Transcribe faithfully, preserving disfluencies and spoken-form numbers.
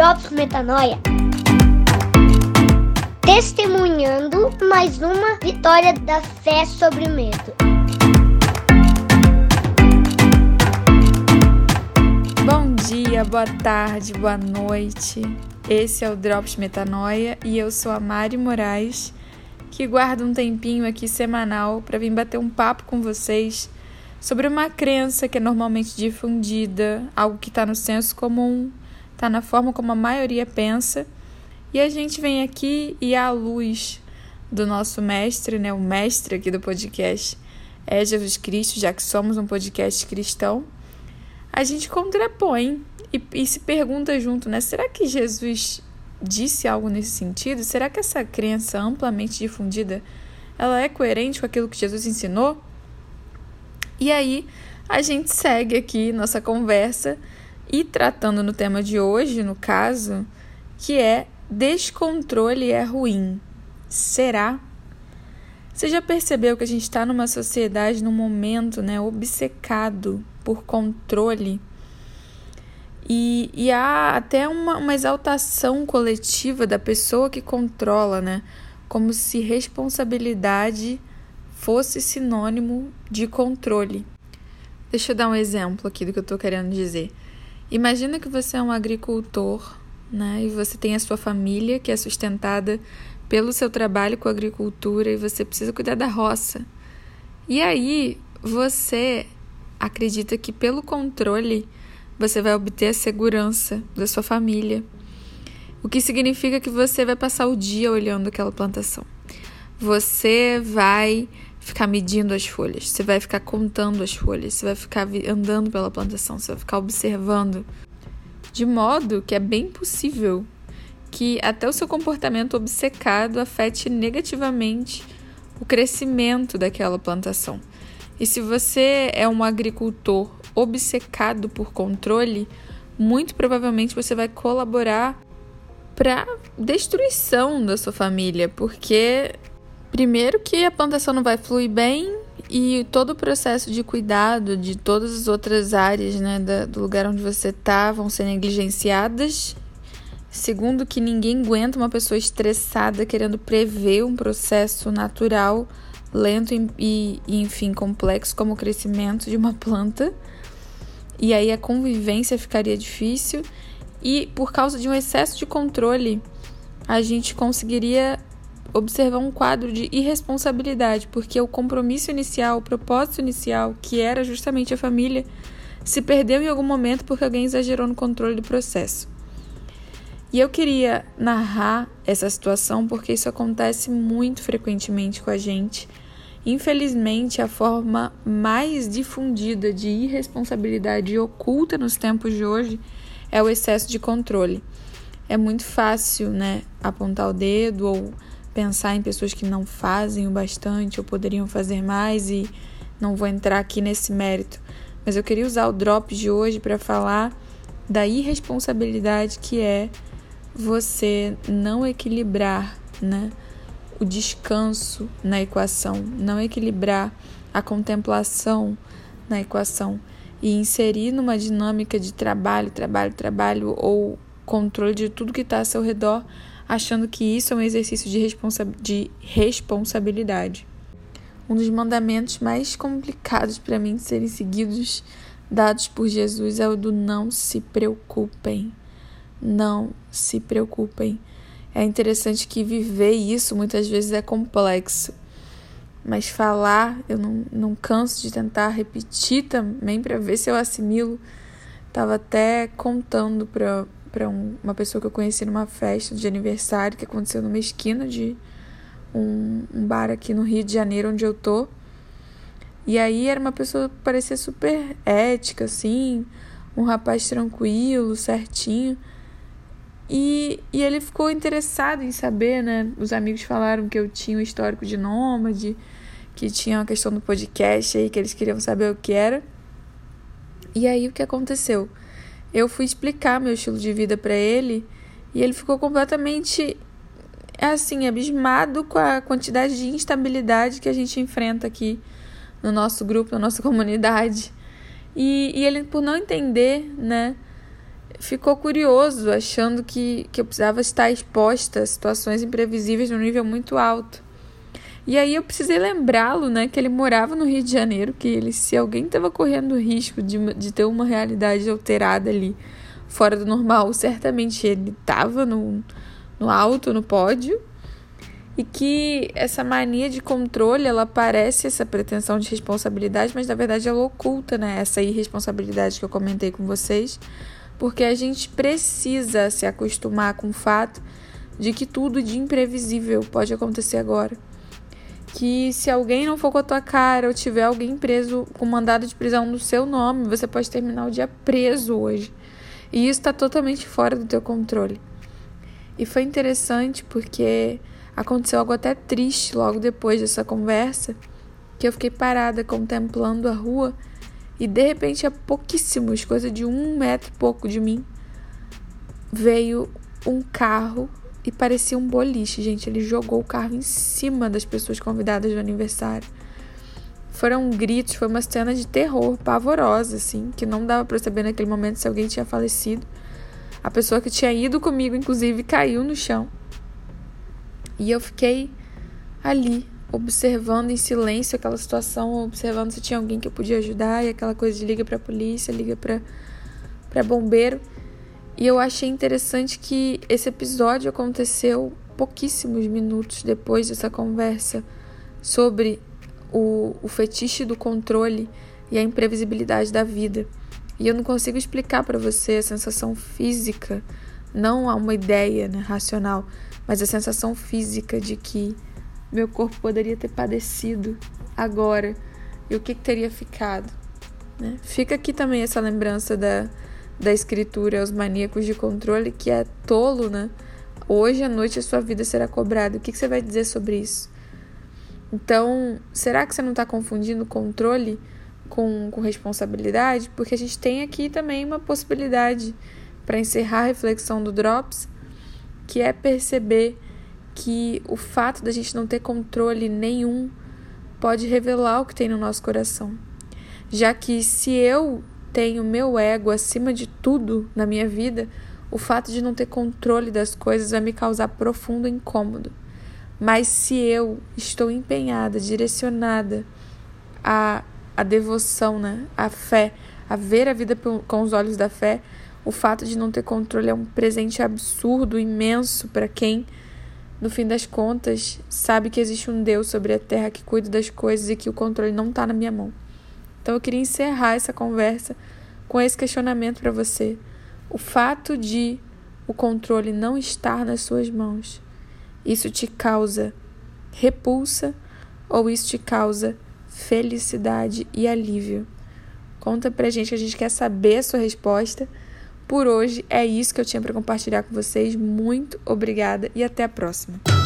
Drops Metanoia. Testemunhando mais uma vitória da fé sobre o medo. Bom dia, boa tarde, boa noite. Esse é o Drops Metanoia e eu sou a Mari Moraes, que guarda um tempinho aqui semanal para vir bater um papo com vocês sobre uma crença que é normalmente difundida, algo que está no senso comum, está na forma como a maioria pensa, e a gente vem aqui e à luz do nosso mestre, né, o mestre aqui do podcast é Jesus Cristo, já que somos um podcast cristão, a gente contrapõe e, e se pergunta junto, né, será que Jesus disse algo nesse sentido? Será que essa crença amplamente difundida, ela é coerente com aquilo que Jesus ensinou? E aí, a gente segue aqui nossa conversa e tratando no tema de hoje, no caso, que é descontrole é ruim. Será? Você já percebeu que a gente está numa sociedade, num momento, né, obcecado por controle? E, e há até uma, uma exaltação coletiva da pessoa que controla, né? Como se responsabilidade fosse sinônimo de controle. Deixa eu dar um exemplo aqui do que eu estou querendo dizer. Imagina que você é um agricultor, né? E você tem a sua família que é sustentada pelo seu trabalho com a agricultura e você precisa cuidar da roça. E aí você acredita que pelo controle você vai obter a segurança da sua família, o que significa que você vai passar o dia olhando aquela plantação. Você vai ficar medindo as folhas, você vai ficar contando as folhas, você vai ficar andando pela plantação, você vai ficar observando. De modo que é bem possível que até o seu comportamento obcecado afete negativamente o crescimento daquela plantação. E se você é um agricultor obcecado por controle, muito provavelmente você vai colaborar para a destruição da sua família, porque primeiro que a plantação não vai fluir bem e todo o processo de cuidado de todas as outras áreas, né, da, do lugar onde você está vão ser negligenciadas. Segundo que ninguém aguenta uma pessoa estressada querendo prever um processo natural, lento e, e enfim, complexo como o crescimento de uma planta. E aí a convivência ficaria difícil e por causa de um excesso de controle a gente conseguiria observar um quadro de irresponsabilidade, porque o compromisso inicial, o propósito inicial, que era justamente a família, se perdeu em algum momento porque alguém exagerou no controle do processo. E eu queria narrar essa situação porque isso acontece muito frequentemente com a gente. Infelizmente, a forma mais difundida de irresponsabilidade oculta nos tempos de hoje é o excesso de controle. É muito fácil, né, apontar o dedo ou pensar em pessoas que não fazem o bastante ou poderiam fazer mais, e não vou entrar aqui nesse mérito. Mas eu queria usar o drop de hoje para falar da irresponsabilidade que é você não equilibrar, né, o descanso na equação, não equilibrar a contemplação na equação e inserir numa dinâmica de trabalho, trabalho, trabalho ou controle de tudo que está ao seu redor, achando que isso é um exercício de, responsa- de responsabilidade. Um dos mandamentos mais complicados para mim de serem seguidos, dados por Jesus, é o do não se preocupem. Não se preocupem. É interessante que viver isso muitas vezes é complexo, mas falar, eu não, não canso de tentar repetir também para ver se eu assimilo. Estava até contando para para um, uma pessoa que eu conheci numa festa de aniversário que aconteceu numa esquina de um, um bar aqui no Rio de Janeiro, onde eu tô. E aí era uma pessoa que parecia super ética, assim, um rapaz tranquilo, certinho. E, e ele ficou interessado em saber, né? Os amigos falaram que eu tinha um histórico de nômade, que tinha uma questão do podcast aí, que eles queriam saber o que era. E aí o que aconteceu? Eu fui explicar meu estilo de vida para ele e ele ficou completamente, assim, abismado com a quantidade de instabilidade que a gente enfrenta aqui no nosso grupo, na nossa comunidade. E, e ele, por não entender, né, ficou curioso, achando que, que eu precisava estar exposta a situações imprevisíveis num nível muito alto. E aí eu precisei lembrá-lo, né, que ele morava no Rio de Janeiro, que ele, se alguém estava correndo risco de, de ter uma realidade alterada ali, fora do normal, certamente ele estava no, no alto, no pódio, e que essa mania de controle, ela parece essa pretensão de responsabilidade, mas na verdade ela oculta, né, essa irresponsabilidade que eu comentei com vocês, porque a gente precisa se acostumar com o fato de que tudo de imprevisível pode acontecer agora. Que se alguém não for com a tua cara ou tiver alguém preso com mandado de prisão no seu nome, você pode terminar o dia preso hoje. E isso está totalmente fora do teu controle. E foi interessante porque aconteceu algo até triste logo depois dessa conversa, que eu fiquei parada contemplando a rua e de repente, a pouquíssimos, coisa de um metro e pouco de mim, veio um carro e parecia um boliche, gente. Ele jogou o carro em cima das pessoas convidadas do aniversário. Foram gritos, foi uma cena de terror pavorosa, assim, que não dava pra saber naquele momento se alguém tinha falecido. A pessoa que tinha ido comigo, inclusive, caiu no chão. E eu fiquei ali, observando em silêncio aquela situação, observando se tinha alguém que eu podia ajudar, e aquela coisa de liga pra polícia, liga pra, pra bombeiro. E eu achei interessante que esse episódio aconteceu pouquíssimos minutos depois dessa conversa sobre o, o fetiche do controle e a imprevisibilidade da vida. E eu não consigo explicar para você a sensação física, não há uma ideia, né, racional, mas a sensação física de que meu corpo poderia ter padecido agora e o que, que teria ficado, né? Fica aqui também essa lembrança da da escritura aos maníacos de controle, que é tolo, né? Hoje à noite a sua vida será cobrada. O que, que você vai dizer sobre isso? Então, será que você não está confundindo controle com, com responsabilidade? Porque a gente tem aqui também uma possibilidade para encerrar a reflexão do Drops, que é perceber que o fato da gente não ter controle nenhum pode revelar o que tem no nosso coração. Já que se eu tenho meu ego acima de tudo na minha vida, o fato de não ter controle das coisas vai me causar profundo incômodo. Mas se eu estou empenhada, direcionada à, à devoção, né, à fé, a ver a vida com os olhos da fé, o fato de não ter controle é um presente absurdo, imenso para quem, no fim das contas, sabe que existe um Deus sobre a terra que cuida das coisas e que o controle não está na minha mão. Então eu queria encerrar essa conversa com esse questionamento para você. O fato de o controle não estar nas suas mãos, isso te causa repulsa ou isso te causa felicidade e alívio? Conta pra gente, que a gente quer saber a sua resposta. Por hoje é isso que eu tinha para compartilhar com vocês. Muito obrigada e até a próxima.